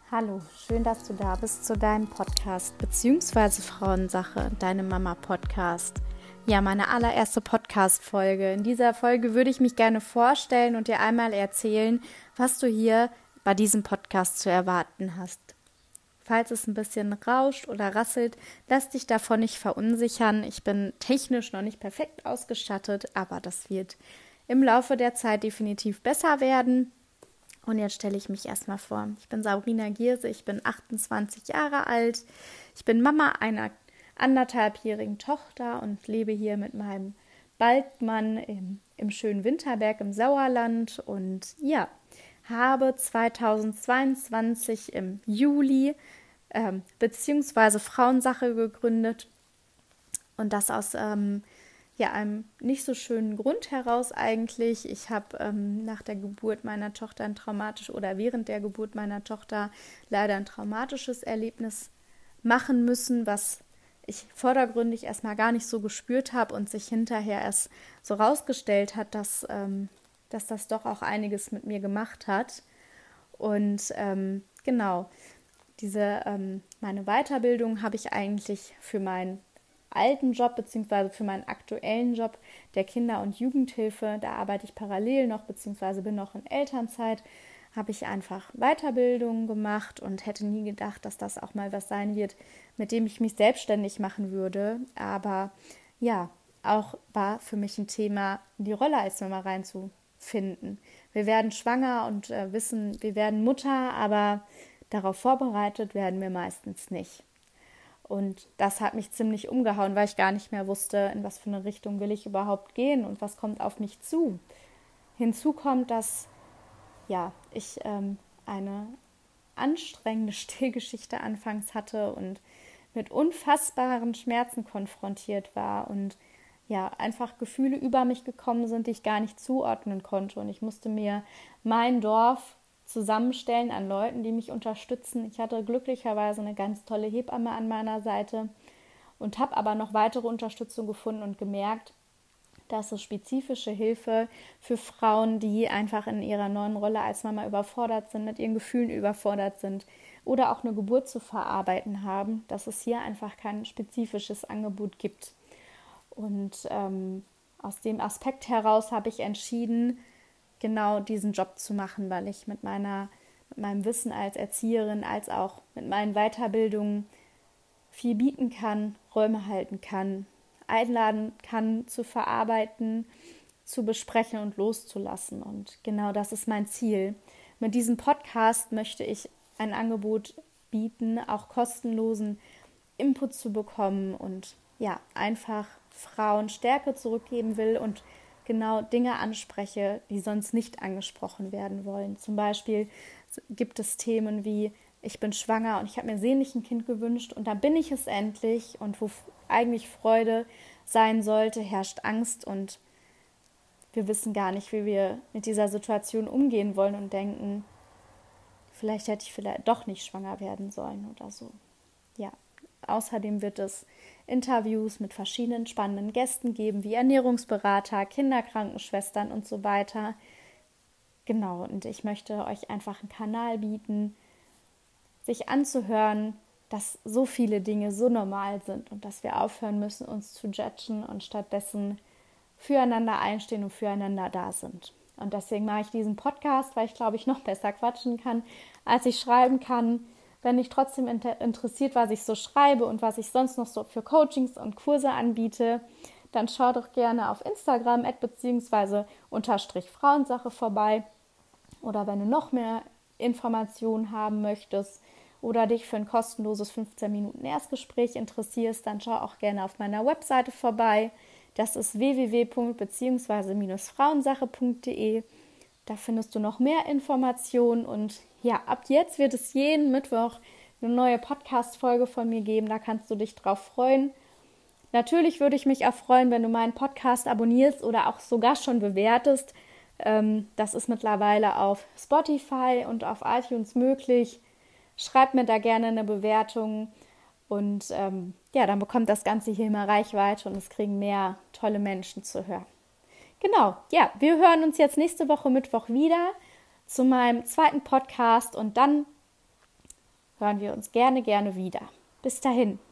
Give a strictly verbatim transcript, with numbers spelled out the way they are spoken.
Hallo, schön, dass du da bist zu deinem Podcast beziehungsweise Frauensache, deinem Mama-Podcast. Ja, meine allererste Podcast-Folge. In dieser Folge würde ich mich gerne vorstellen und dir einmal erzählen, was du hier bei diesem Podcast zu erwarten hast. Falls es ein bisschen rauscht oder rasselt, lass dich davon nicht verunsichern. Ich bin technisch noch nicht perfekt ausgestattet, aber das wird im Laufe der Zeit definitiv besser werden. Und jetzt stelle ich mich erstmal vor. Ich bin Sabrina Gierse, ich bin achtundzwanzig Jahre alt. Ich bin Mama einer anderthalbjährigen Tochter und lebe hier mit meinem Baltmann im, im schönen Winterberg im Sauerland. Und ja, habe zweitausendzweiundzwanzig im Juli ähm, beziehungsweise Frauensache gegründet. Und das aus ähm, ja, einem nicht so schönen Grund heraus eigentlich. Ich habe ähm, nach der Geburt meiner Tochter ein traumatisch oder während der Geburt meiner Tochter leider ein traumatisches Erlebnis machen müssen, was ich vordergründig erstmal gar nicht so gespürt habe und sich hinterher erst so rausgestellt hat, dass, ähm, dass das doch auch einiges mit mir gemacht hat. Und ähm, genau, diese ähm, meine Weiterbildung habe ich eigentlich für meinen alten Job beziehungsweise für meinen aktuellen Job der Kinder- und Jugendhilfe, da arbeite ich parallel noch beziehungsweise bin noch in Elternzeit, habe ich einfach Weiterbildungen gemacht und hätte nie gedacht, dass das auch mal was sein wird, mit dem ich mich selbstständig machen würde. Aber ja, auch war für mich ein Thema, die Rolle als Mama reinzufinden. Wir werden schwanger und äh, wissen, wir werden Mutter, aber darauf vorbereitet werden wir meistens nicht. Und das hat mich ziemlich umgehauen, weil ich gar nicht mehr wusste, in was für eine Richtung will ich überhaupt gehen und was kommt auf mich zu. Hinzu kommt, dass ja, ich ähm, eine anstrengende Stillgeschichte anfangs hatte und mit unfassbaren Schmerzen konfrontiert war und ja, einfach Gefühle über mich gekommen sind, die ich gar nicht zuordnen konnte. Und ich musste mir mein Dorf zusammenstellen an Leuten, die mich unterstützen. Ich hatte glücklicherweise eine ganz tolle Hebamme an meiner Seite und habe aber noch weitere Unterstützung gefunden und gemerkt, dass es spezifische Hilfe für Frauen, die einfach in ihrer neuen Rolle als Mama überfordert sind, mit ihren Gefühlen überfordert sind oder auch eine Geburt zu verarbeiten haben, dass es hier einfach kein spezifisches Angebot gibt. Und ähm, aus dem Aspekt heraus habe ich entschieden, genau diesen Job zu machen, weil ich mit meiner, mit meinem Wissen als Erzieherin, als auch mit meinen Weiterbildungen viel bieten kann, Räume halten kann, einladen kann, zu verarbeiten, zu besprechen und loszulassen. Und genau das ist mein Ziel. Mit diesem Podcast möchte ich ein Angebot bieten, auch kostenlosen Input zu bekommen und ja, einfach Frauen Stärke zurückgeben will und genau Dinge anspreche, die sonst nicht angesprochen werden wollen. Zum Beispiel gibt es Themen wie, ich bin schwanger und ich habe mir sehnlich ein Kind gewünscht und da bin ich es endlich und wo eigentlich Freude sein sollte, herrscht Angst und wir wissen gar nicht, wie wir mit dieser Situation umgehen wollen und denken, vielleicht hätte ich vielleicht doch nicht schwanger werden sollen oder so. Ja, außerdem wird es Interviews mit verschiedenen spannenden Gästen geben, wie Ernährungsberater, Kinderkrankenschwestern und so weiter. Genau, und ich möchte euch einfach einen Kanal bieten, sich anzuhören, dass so viele Dinge so normal sind und dass wir aufhören müssen, uns zu judgen und stattdessen füreinander einstehen und füreinander da sind. Und deswegen mache ich diesen Podcast, weil ich glaube, ich noch besser quatschen kann, als ich schreiben kann. Wenn dich trotzdem inter- interessiert, was ich so schreibe und was ich sonst noch so für Coachings und Kurse anbiete, dann schau doch gerne auf Instagram at beziehungsweise unterstrich Frauensache vorbei. Oder wenn du noch mehr Informationen haben möchtest oder dich für ein kostenloses fünfzehn Minuten Erstgespräch interessierst, dann schau auch gerne auf meiner Webseite vorbei. Das ist w w w punkt beziehungsweise frauensache punkt d e. Da findest du noch mehr Informationen und ja, ab jetzt wird es jeden Mittwoch eine neue Podcast-Folge von mir geben, da kannst du dich drauf freuen. Natürlich würde ich mich auch freuen, wenn du meinen Podcast abonnierst oder auch sogar schon bewertest. Das ist mittlerweile auf Spotify und auf iTunes möglich. Schreib mir da gerne eine Bewertung und ähm, ja, dann bekommt das Ganze hier immer Reichweite und es kriegen mehr tolle Menschen zu hören. Genau, ja, wir hören uns jetzt nächste Woche Mittwoch wieder zu meinem zweiten Podcast und dann hören wir uns gerne, gerne wieder. Bis dahin.